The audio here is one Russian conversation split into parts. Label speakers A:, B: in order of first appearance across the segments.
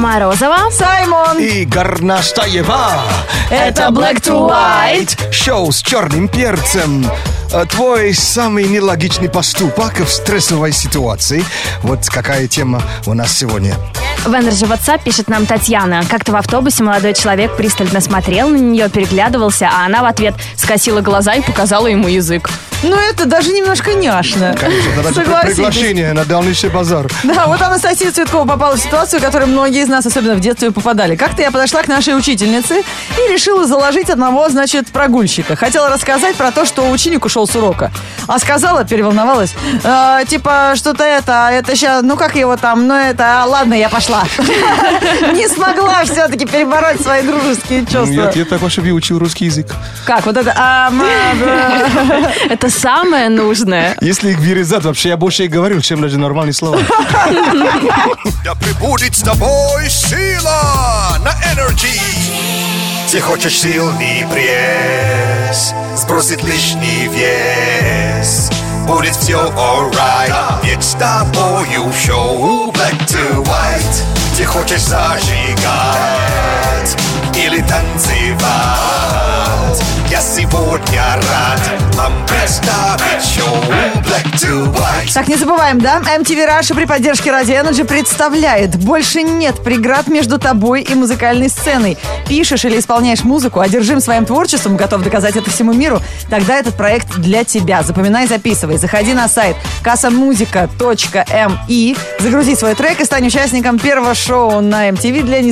A: Морозова,
B: Саймон
C: и Горностаева.
B: Это Black to White.
C: Шоу с черным перцем. Твой самый нелогичный поступок в стрессовой ситуации. Вот какая тема у нас сегодня.
A: в Energy WhatsApp пишет нам Татьяна. Как-то в автобусе молодой человек пристально смотрел на нее, переглядывался, а она в ответ скосила глаза и показала ему язык.
B: Ну, это даже немножко няшно.
C: Конечно, это даже приглашение на дальнейший базар.
B: Да, вот Анастасия Цветкова попала в ситуацию, в которую многие из нас, особенно в детстве, попадали. Как-то я подошла к нашей учительнице и решила заложить одного, прогульщика. Хотела рассказать про то, что ученик ушел с урока. А сказала, переволновалась, что-то это сейчас, как его там, ладно, я пошла. Не смогла все-таки перебороть свои дружеские чувства.
C: Я так вообще учил русский язык.
B: Как, вот это?
A: Это самое нужное.
C: Если их вырезать, вообще я больше и говорю, чем даже нормальные слова.
D: Да пребудет с тобой сила на Energy. Ты хочешь сильный пресс, сбросить лишний вес. Будет все alright, ведь с тобою шоу Black to White. Ты хочешь зажигать или танцевать? Я сегодня рад вам представить шоу Black to White.
B: Так, не забываем, да? MTV Russia при поддержке Radio Energy представляет: больше нет преград между тобой и музыкальной сценой. Пишешь или исполняешь музыку, одержим своим творчеством, готов доказать это всему миру, тогда этот проект для тебя. Запоминай, записывай. Заходи на сайт kasamusica.me, загрузи свой трек и стань участником первого шоу на MTV для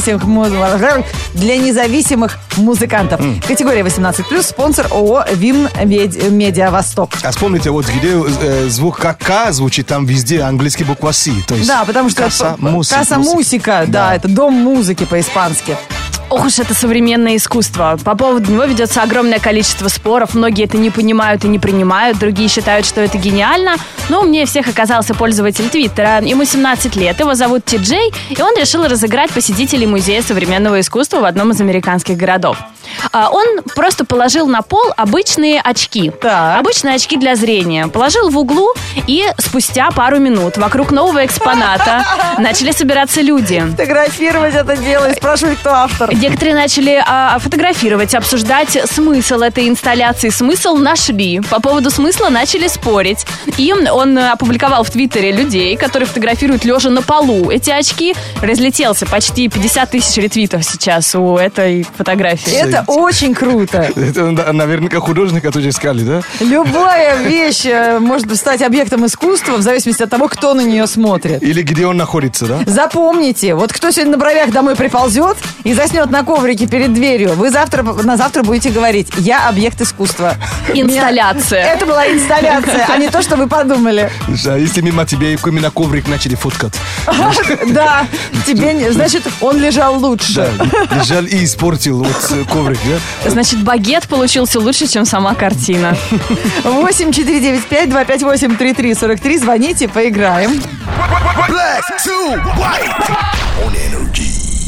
B: независимых музыкантов. Категория 18+, спонсор ООО «Вим Медиа Восток».
C: А вспомните, вот где звук как К звучит, там везде английский буква С. То есть
B: да, потому что Каса Мусика, да, это дом музыки по-испански.
A: Ох уж это современное искусство. По поводу него ведется огромное количество споров. Многие это не понимают и не принимают. Другие считают, что это гениально. Но умнее всех оказался пользователь Твиттера. Ему 17 лет, его зовут Ти Джей, и он решил разыграть посетителей Музея современного искусства в одном из американских городов. Он просто положил на пол обычные очки.
B: Так.
A: Обычные очки для зрения. Положил в углу, и спустя пару минут вокруг нового экспоната начали собираться люди.
B: Фотографировать это дело и спрашивать, кто автор.
A: Некоторые начали фотографировать, обсуждать смысл этой инсталляции. Смысл нашли. По поводу смысла начали спорить. И он опубликовал в Твиттере людей, которые фотографируют лежа на полу. Эти очки разлетелся. Почти 50 тысяч ретвитов сейчас у этой фотографии.
B: Это очень круто.
C: Это наверняка художника тоже искали, да?
B: Любая вещь может стать объектом искусства в зависимости от того, кто на нее смотрит.
C: Или где он находится, да?
B: Запомните, вот кто сегодня на бровях домой приползет и заснет на коврике перед дверью, вы на завтра будете говорить: я объект искусства.
A: Инсталляция.
B: Это была инсталляция, а не то, что вы подумали.
C: А если мимо тебя именно коврик начали фоткать?
B: Да, тебе, значит, он лежал лучше.
C: Лежал и испортил вот коврик, да?
A: Значит, багет получился лучше, чем сама картина.
B: 8-495-258-3343. Звоните, поиграем.
D: Black to White on Energy.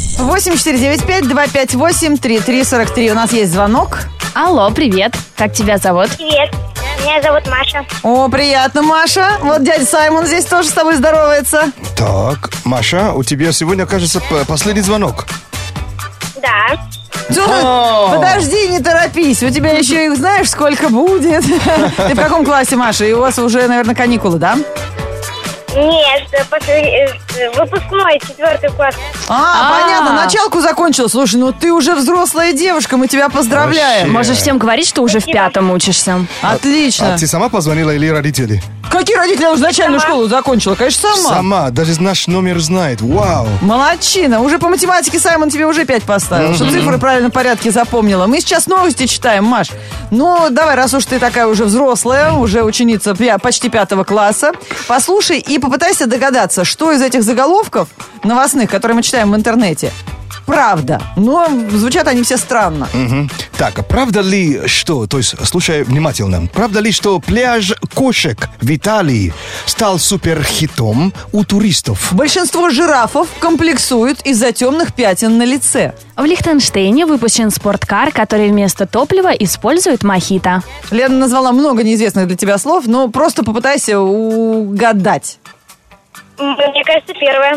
B: 8-495-258-3343. У нас есть звонок.
A: Алло, привет. Как тебя зовут?
E: Привет, меня зовут Маша.
B: О, приятно, Маша. Вот дядя Саймон здесь тоже с тобой здоровается.
C: Так, Маша, у тебя сегодня, кажется, последний звонок.
E: Да.
B: Подожди, не торопись. У тебя еще их знаешь, сколько будет. Ты в каком классе, Маша? И у вас уже, наверное, каникулы, да?
E: Нет, выпускной, 4 класс.
B: Понятно, началку закончила. Слушай, ты уже взрослая девушка, мы тебя поздравляем.
C: Вообще.
A: Можешь всем говорить, что уже в 5-м учишься.
B: Отлично.
C: А ты сама позвонила или родители?
B: Какие родители? Я уже начальную школу закончила, конечно, сама.
C: Сама, даже наш номер знает. Вау.
B: Молодчина. Уже по математике Саймон тебе уже 5 поставил, чтобы цифры в правильном порядке запомнила. Мы сейчас новости читаем, Маш. Давай, раз уж ты такая уже взрослая, уже ученица почти 5 класса, послушай и попытайся догадаться, что из этих заголовков новостных, которые мы читаем в интернете, правда, но звучат они все странно.
C: Так, правда ли, что, то есть, слушай внимательно, правда ли, что пляж кошек в Италии стал суперхитом у туристов?
B: Большинство жирафов комплексуют из-за темных пятен на лице.
A: В Лихтенштейне выпущен спорткар, который вместо топлива использует мохито.
B: Лена назвала много неизвестных для тебя слов, но просто попытайся угадать.
E: Мне кажется, первое.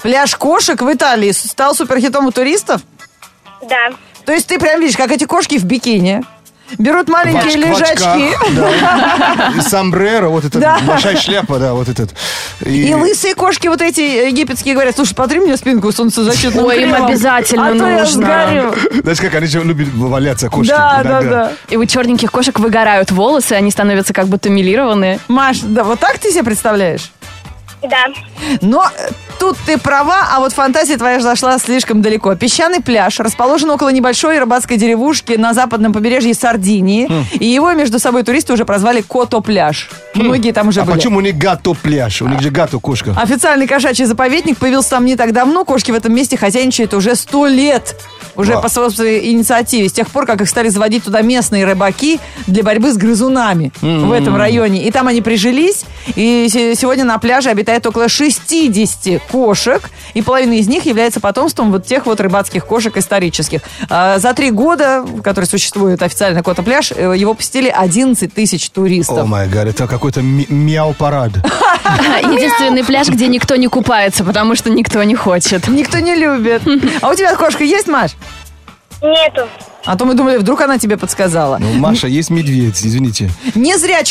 B: Пляж кошек в Италии стал суперхитом у туристов?
E: Да.
B: То есть ты прям видишь, как эти кошки в бикини берут маленькие
C: В
B: лежачки.
C: очках, да. И сомбреро, вот эта
B: Да.
C: большая шляпа, да, вот этот.
B: И лысые кошки вот эти египетские говорят: слушай, потри мне спинку солнцезащитным
A: Ой, им
B: кремом,
A: обязательно
B: а то я
A: нужно.
B: сгорю.
C: Знаешь, как они же любят валяться, кошки.
B: Да,
C: иногда.
B: да, да.
A: И у черненьких кошек выгорают волосы, они становятся как будто милированные.
B: Маш, да, вот так ты себе представляешь?
E: Да.
B: Но тут ты права, а вот фантазия твоя зашла слишком далеко. Песчаный пляж расположен около небольшой рыбацкой деревушки на западном побережье Сардинии. И его между собой туристы уже прозвали Кото-пляж. Многие там уже
C: А
B: были.
C: почему у них гато пляж? У них же гато кошка.
B: Официальный кошачий заповедник появился там не так давно. Кошки в этом месте хозяйничают уже 100 лет. Уже
C: Вау.
B: по собственной инициативе. С тех пор, как их стали заводить туда местные рыбаки для борьбы с грызунами в этом районе. И там они прижились. И сегодня на пляже обитает около 60 кошек. И половина из них является потомством вот тех вот рыбацких кошек исторических. За 3 года, который существует официально Кото-пляж, его посетили 11 тысяч
C: О
B: туристов.
C: май гад, это какой-то мяу-парад.
A: Единственный пляж, где никто не купается, потому что никто не хочет.
B: Никто не любит. А у тебя кошка есть, Маш?
E: Нету.
B: А то мы думали, вдруг она тебе подсказала.
C: Ну, Маша, есть медведь, извините.
B: Не зря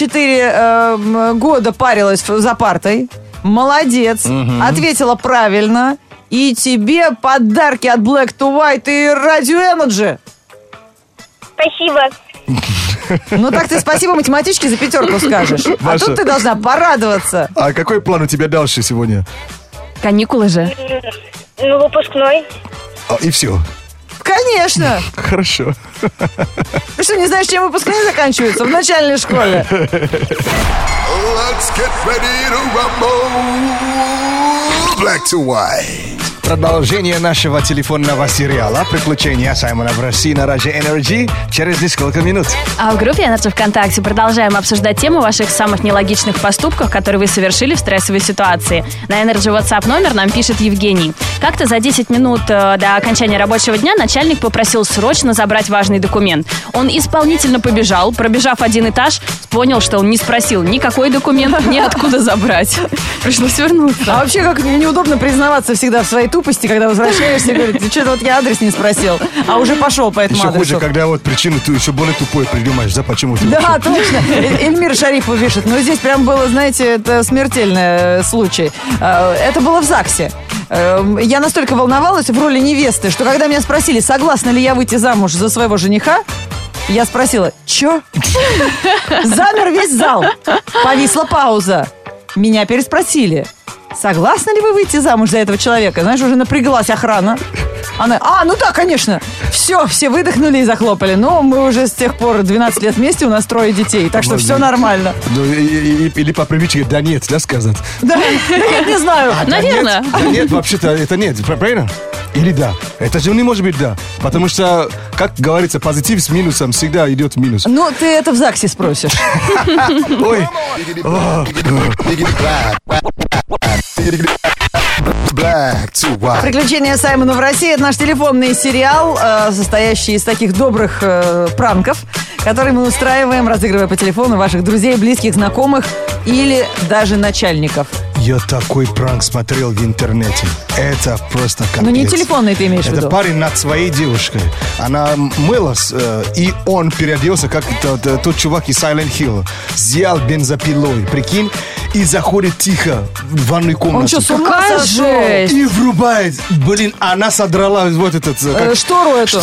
B: 4 года парилась за партой. Молодец. Ответила правильно. И тебе подарки от Black to White и Radio Energy.
E: Спасибо.
B: Ну так ты спасибо математичке за 5 скажешь. А
C: Маша.
B: тут ты должна порадоваться.
C: А какой план у тебя дальше сегодня?
A: Каникулы же.
E: Ну, выпускной.
C: И все.
B: Конечно.
C: Хорошо.
B: Ты что, не знаешь, чем выпускные заканчиваются? В начальной школе.
D: Let's get ready to rumble. Black to white.
C: Продолжение нашего телефонного сериала «Приключения Саймона в России» на Радио Energy через несколько минут.
A: А в группе Energy ВКонтакте продолжаем обсуждать тему ваших самых нелогичных поступков, которые вы совершили в стрессовой ситуации. На Energy WhatsApp номер нам пишет Евгений. Как-то за 10 минут до окончания рабочего дня начальник попросил срочно забрать важный документ. Он исполнительно побежал, пробежав 1 этаж, понял, что он не спросил никакой документ, ни откуда забрать. Пришлось вернуться.
B: А вообще, как неудобно признаваться всегда в своей тупости, когда возвращаешься и говоришь: ты что-то вот я адрес не спросил, а уже пошел по этому
C: Еще
B: адресу.
C: хуже, когда вот причину ты еще более тупой придумаешь, да, почему ты
B: Да,
C: вообще-
B: точно. Эльмир Шарипов пишет. Но здесь прям было, знаете, это смертельный случай. Это было в ЗАГСе. Я настолько волновалась в роли невесты, что когда меня спросили, согласна ли я выйти замуж за своего жениха, я спросила: чё? Замер весь зал. Повисла пауза. Меня переспросили: согласны ли вы выйти замуж за этого человека? Знаешь, уже напряглась охрана. Она: ну да, конечно. Все выдохнули и захлопали. Но мы уже с тех пор 12 лет вместе, у нас 3 детей. Так что все нормально.
C: Ну, или по привычке «да нет», да, сказать?
B: Да, нет, не знаю.
C: А, да
A: Наверное.
C: нет, да нет, вообще-то это нет, правильно? Или да? Это же не может быть да. Потому что, как говорится, позитив с минусом всегда идет в минус.
B: Ну, ты это в ЗАГСе спросишь.
C: Ой,
D: Black to white.
B: «Приключения Саймона в России» — это наш телефонный сериал, состоящий из таких добрых пранков, которые мы устраиваем, разыгрывая по телефону ваших друзей, близких, знакомых или даже начальников.
C: я такой пранк смотрел в интернете. Это просто капец.
B: Ну, не телефонный ты имеешь в
C: Это
B: виду?
C: парень над своей девушкой. Она мылась, и он переоделся, как тот чувак из Silent Hill. Взял бензопилой, прикинь, и заходит тихо в ванную комнату.
B: Он что, с ума
A: Какая
B: сошел?
A: жесть!
C: И врубает. Блин, она содрала вот этот...
B: Штору эту.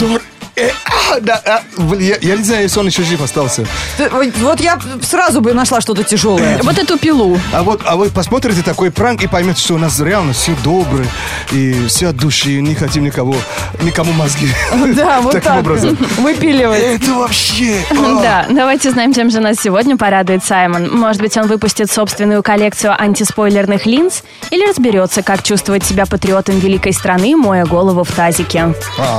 C: Я не знаю, если он еще жив остался.
B: Вот я сразу бы нашла что-то тяжелое.
A: Вот эту пилу.
C: А вы посмотрите такой пранк и поймете, что у нас реально все добрые и все от души, не хотим никому мозги.
B: Да, вот
C: Таким
B: так.
C: образом.
B: Выпиливать.
C: Это вообще...
A: Да, давайте узнаем, чем же нас сегодня порадует Саймон. Может быть, он выпустит собственную коллекцию антиспойлерных линз или разберется, как чувствовать себя патриотом великой страны, моя голову в тазике.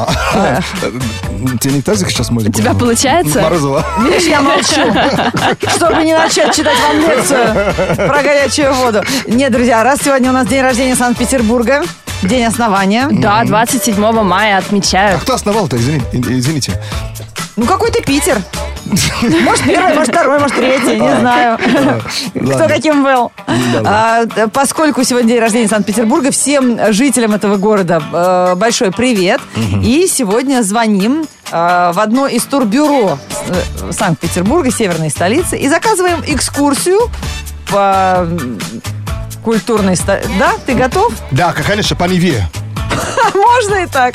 C: Тебе не тазик сейчас мой?
A: У тебя получается?
C: Морозова.
B: Видишь, я молчу, чтобы не начать читать вам лекцию про горячую воду. Нет, друзья, раз сегодня у нас день рождения Санкт-Петербурга, день основания.
A: Да, 27 мая
C: А
A: отмечают.
C: кто основал-то, извините?
B: Ну, какой-то Питер. Может, первый, может, второй, может, третий, не знаю. Кто каким был. Поскольку сегодня день рождения Санкт-Петербурга, всем жителям этого города большой привет. И сегодня звоним в одно из турбюро Санкт-Петербурга, северной столицы, и заказываем экскурсию по культурной столице. Да? Ты готов?
C: Да, конечно, по Неве.
B: Можно и так.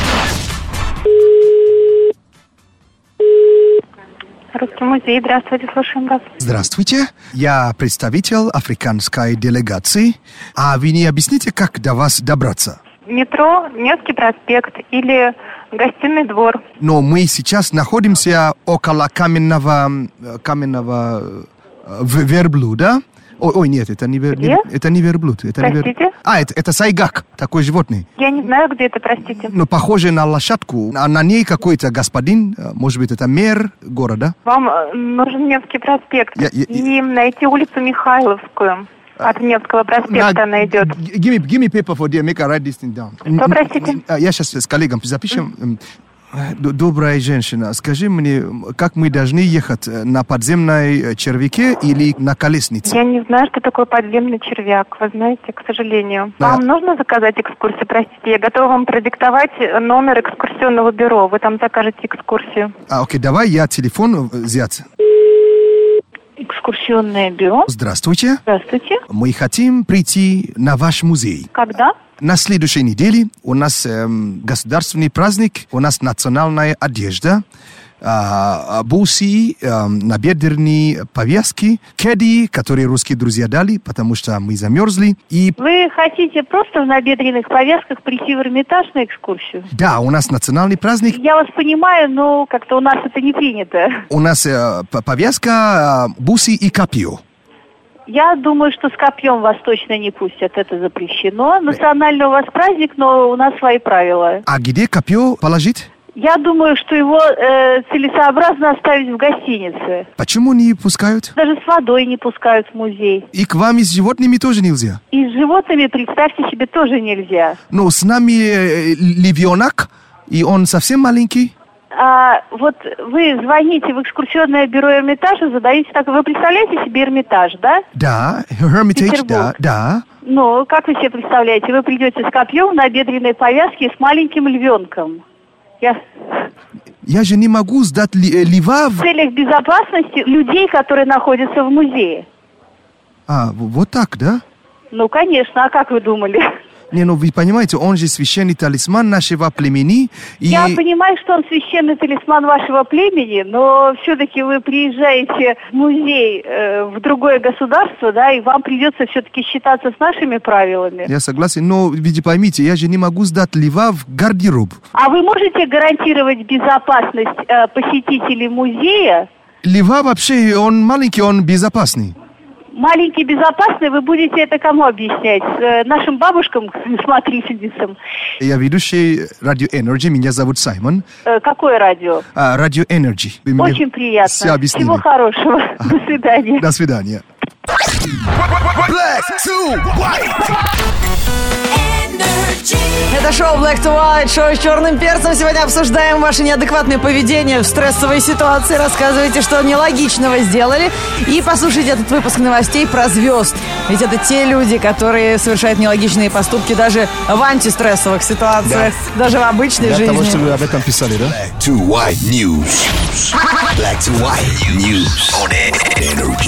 F: Русский музей. Здравствуйте, слушаем вас.
C: Здравствуйте, я представитель африканской делегации. А вы не объясните, как до вас добраться?
F: Метро, Невский проспект или Гостиный двор.
C: Но мы сейчас находимся около каменного верблюда. Ой, нет, это не верблюд.
F: Простите?
C: Это сайгак, такой животный.
F: Я не знаю, где это, простите.
C: Ну, похоже на лошадку. А на ней какой-то господин, может быть, это мэр города.
F: Вам нужен Невский проспект. И найти улицу Михайловскую. От Невского проспекта она идет.
C: Give me paper for there, make I write this thing down.
F: Что, простите?
C: Я сейчас с коллегом запишем. Добрая женщина, скажи мне, как мы должны ехать, на подземной червяке или на колеснице?
F: Я не знаю, что такое подземный червяк, вы знаете, к сожалению. Вам нужно заказать экскурсию, простите? Я готова вам продиктовать номер экскурсионного бюро, вы там закажете экскурсию.
C: Окей, давай я телефон взять.
F: Экскурсионное бюро.
C: Здравствуйте.
F: Здравствуйте.
C: Мы хотим прийти на ваш музей.
F: Когда?
C: На следующей неделе у нас государственный праздник, у нас национальная одежда, бусы, набедренные повязки, кеди, которые русские друзья дали, потому что мы замерзли. И...
F: Вы хотите просто в набедренных повязках прийти в Эрмитаж на экскурсию?
C: Да, у нас национальный праздник.
F: Я вас понимаю, но как-то у нас это не принято.
C: У нас повязка, бусы и копье.
F: Я думаю, что с копьем вас точно не пустят, это запрещено. Национальный у вас праздник, но у нас свои правила.
C: А где копье положить?
F: Я думаю, что его целесообразно оставить в гостинице.
C: Почему не пускают?
F: Даже с водой не пускают в музей.
C: И к вам и с животными тоже нельзя?
F: И с животными, представьте себе, тоже нельзя.
C: Но с нами львенок, и он совсем маленький.
F: Вот вы звоните в экскурсионное бюро Эрмитажа, задаете так. Вы представляете себе Эрмитаж, да?
C: Да, Hermitage, да.
F: Ну, как вы себе представляете? Вы придете с копьем в набедренной повязке с маленьким львенком.
C: Я же не могу сдать льва
F: в целях безопасности людей, которые находятся в музее.
C: Вот так, да?
F: Ну, конечно. А как вы думали?
C: Не, ну вы понимаете, он же священный талисман нашего племени. И...
F: Я понимаю, что он священный талисман вашего племени, но все-таки вы приезжаете в музей в другое государство, да, и вам придется все-таки считаться с нашими правилами.
C: Я согласен, но видите, поймите, я же не могу сдать льва в гардероб.
F: А вы можете гарантировать безопасность посетителей музея?
C: Льва вообще, он маленький, он безопасный.
F: Маленький, безопасный, вы будете это кому объяснять? Нашим бабушкам, смотрительницам?
C: Я ведущий радио Energy, меня зовут Саймон.
F: Какое радио?
C: Радио Energy.
F: Очень приятно.
C: Все объяснили.
F: Всего хорошего. До свидания.
C: До свидания.
D: Black to white.
B: Это шоу Black to White, шоу с черным перцем. Сегодня обсуждаем ваше неадекватное поведение в стрессовой ситуации. Рассказывайте, что нелогичного сделали. И послушайте этот выпуск новостей про звезд. Ведь это те люди, которые совершают нелогичные поступки даже в антистрессовых ситуациях, даже в обычной жизни.
C: Для того, чтобы вы об этом писали, да?
D: Black to white news. Black to white news on Energy.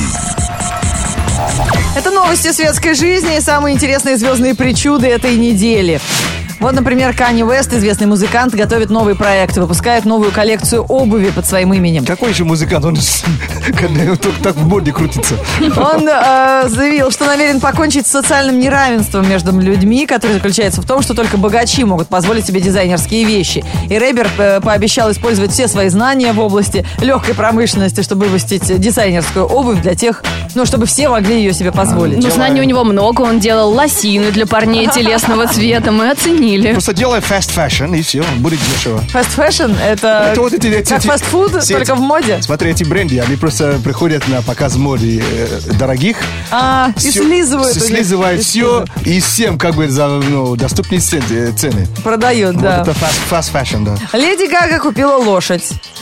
B: Это новости светской жизни и самые интересные звездные причуды этой недели. Вот, например, Канье Уэст, известный музыкант, готовит новый проект, выпускает новую коллекцию обуви под своим именем.
C: Какой еще музыкант? Он только так в моде крутится.
B: Он заявил, что намерен покончить с социальным неравенством между людьми, которое заключается в том, что только богачи могут позволить себе дизайнерские вещи. И рэпер пообещал использовать все свои знания в области легкой промышленности, чтобы выпустить дизайнерскую обувь для тех, ну, чтобы все могли ее себе позволить.
A: Ну, знаний у него много. Он делал лосины для парней телесного цвета. Мы оценили.
C: Просто делай fast fashion, и все, будет дешево.
B: Fast fashion — это
C: вот эти
B: как фастфуд, только в моде?
C: Смотри, эти бренды, они просто приходят на показ моды дорогих.
B: И слизывают
C: все, и всем как бы за доступные цены.
B: Продают, да.
C: Вот это fast fashion, да.
B: Леди Гага купила лошадь.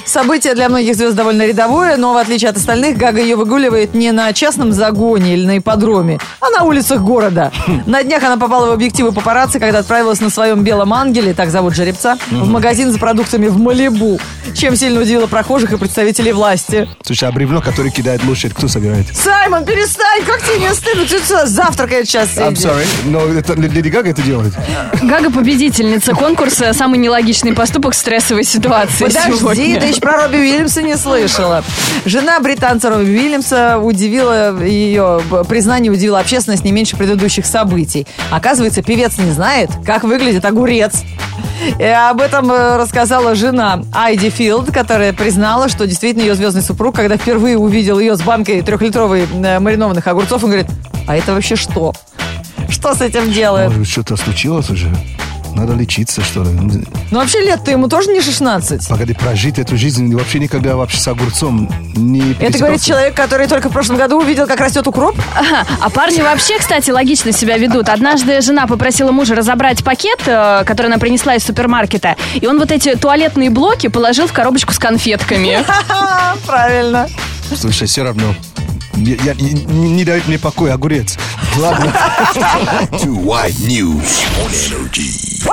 B: Событие для многих звезд довольно рядовое, но в отличие от остальных, Гага ее выгуливает не на частном загоне или на ипподроме, а на улицах города. На днях она попала в объективы папарацци, когда отправилась на своем белом ангеле, так зовут жеребца, в магазин за продуктами в Малибу, чем сильно удивило прохожих и представителей власти.
C: Слушай, а бревно, которое кидает лошадь, кто собирает?
B: Саймон, перестань, как тебе не стыдно? Ты что, завтракает сейчас?
C: I'm sorry, но это Леди Гага это делает.
A: Гага победительница конкурса «Самый нелогичный поступок в стрессовой ситуации»
B: Подожди,
A: сегодня.
B: ты еще про Робби Уильямса не слышала. Жена британца Робби Уильямса удивила ее, признание удивило общественность не меньше предыдущих событий. Оказывается, певец не знает, как выглядит огурец. И об этом рассказала жена Айди Филд, которая признала, что действительно ее звездный супруг, когда впервые увидел ее с банкой 3-литровой маринованных огурцов, он говорит: а это вообще что? Что с этим делает?
C: Может, что-то случилось уже? Надо лечиться, что ли?
B: Ну, вообще лет-то ему тоже не 16.
C: Погоди, прожить эту жизнь вообще никогда вообще с огурцом не пересекался.
B: Это говорит человек, который только в прошлом году увидел, как растет укроп?
A: Ага. А парни вообще, кстати, логично себя ведут. Однажды жена попросила мужа разобрать пакет, который она принесла из супермаркета, и он вот эти туалетные блоки положил в коробочку с конфетками.
B: Правильно.
C: Слушай, все равно. Не дает мне покоя огурец. Ладно.
D: Too White News on Energy.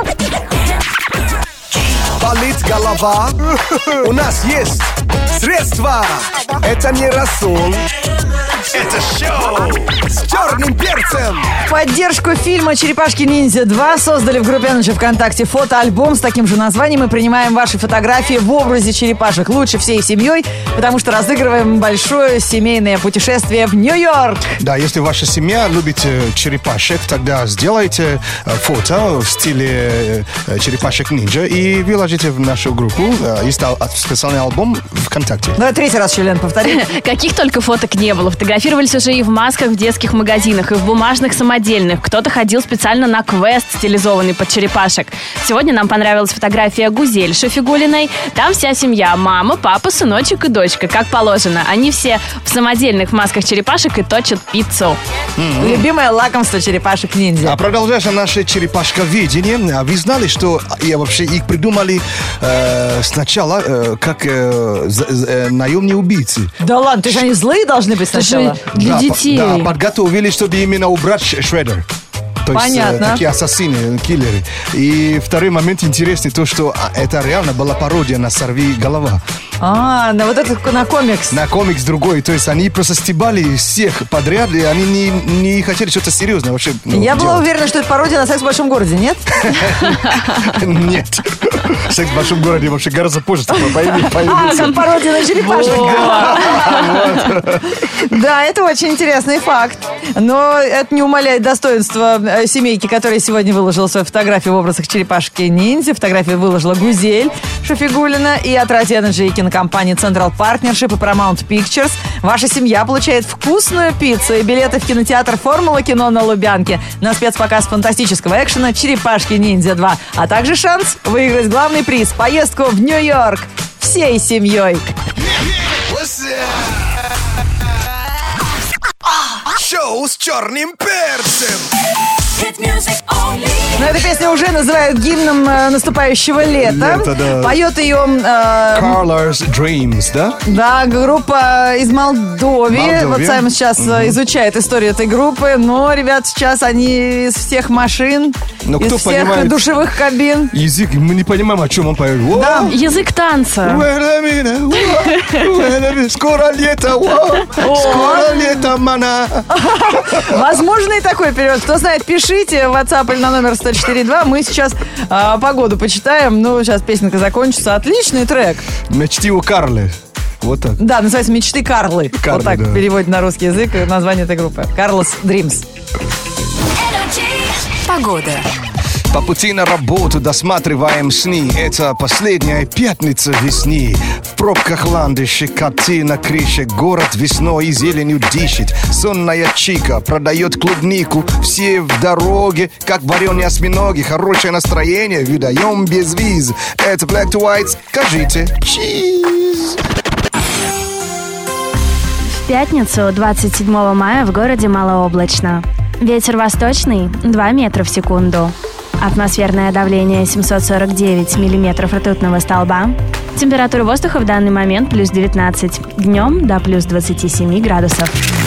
G: Болит голова? У нас есть средства. Это не рассол. Это шоу с черным перцем.
B: В поддержку фильма «Черепашки-ниндзя 2» создали в группе Energy ВКонтакте фотоальбом с таким же названием. Мы принимаем ваши фотографии в образе черепашек. Лучше всей семьей, потому что разыгрываем большое семейное путешествие в Нью-Йорк.
C: Да, если ваша семья любит черепашек, тогда сделайте фото в стиле черепашек-ниндзя и выложите в нашу группу. Есть специальный альбом ВКонтакте.
B: Давай третий раз, Лен, повтори.
A: Каких только фоток не было. Фотографировались уже и в масках в детских магазинах, и в бумажных самодельных. Кто-то ходил специально на квест, стилизованный под черепашек. Сегодня нам понравилась фотография Гузель Шафигулиной. Там вся семья: мама, папа, сыночек и дочка, как положено. Они все в самодельных масках черепашек и точат пиццу.
B: Любимое лакомство черепашек-ниндзя.
C: А продолжая наше черепашковедение, вы знали, что вообще их придумали сначала как наемные убийцы?
B: Да ладно, ты же они злые должны быть сначала.
A: Для
C: Да,
A: детей.
C: Да, подготовили, чтобы именно убрать Шреддер. То есть
B: Понятно.
C: такие ассасины, киллеры. И второй момент интересный, то, что это реально была пародия на «Сорви голова».
B: А, на вот это на комикс.
C: На комикс другой. То есть они просто стебали всех подряд, и они не хотели что-то серьезное вообще
B: Я была
C: делать.
B: уверена, что это пародия на «Секс в большом городе», нет?
C: Нет. «Секс в большом городе» вообще гораздо позже
B: А,
C: появился.
B: там пародия на черепашек. Да, это очень интересный факт. Но это не умаляет достоинства семейки, которая сегодня выложила свою фотографию в образах черепашки-ниндзя. Фотографию выложила Гузель Шафигулина и от Ради Energy и кинокомпании Central Partnership и Paramount Pictures. Ваша семья получает вкусную пиццу и билеты в кинотеатр «Формула кино» на Лубянке на спецпоказ фантастического экшена «Черепашки-ниндзя 2», а также шанс выиграть главный приз – поездку в Нью-Йорк всей семьей.
G: Шоу с черным перцем.
B: Но эта песня уже называют гимном наступающего лета.
C: Лето, да.
B: Поет ее
C: Carla's Dreams, да?
B: да, группа из Молдовы. Вот Саймон сейчас изучает историю этой группы. Но, ребят, сейчас они из всех машин,
C: Но
B: из
C: кто
B: всех
C: понимает?
B: Душевых кабин.
C: Язык, мы не понимаем, о чем он поет.
B: Да.
A: Язык танца.
C: Скоро лето, скоро лето, мана.
B: Возможно и такой период. Кто знает, пишите в WhatsApp или на номер 104.2. Мы сейчас погоду почитаем. Ну, сейчас песенка закончится. Отличный трек.
C: Мечты у Карлы. Вот так.
B: Да, называется «Мечты Карлы».
C: Карлы,
B: вот так
C: да.
B: переводит на русский язык название этой группы. «Carla's Dreams».
H: Погода.
C: По пути на работу досматриваем сны. Это последняя пятница весны. В пробках ландыши, коты на крыше. Город весной и зеленью дышит. Сонная чика продает клубнику. Все в дороге, как вареные осьминоги. Хорошее настроение выдаем без виз. Это Black to White. Скажите чиз.
A: В пятницу, 27 мая, в городе малооблачно. Ветер восточный 2 метра в секунду. Атмосферное давление 749 миллиметров ртутного столба. Температура воздуха в данный момент плюс 19. Днем до плюс 27 градусов.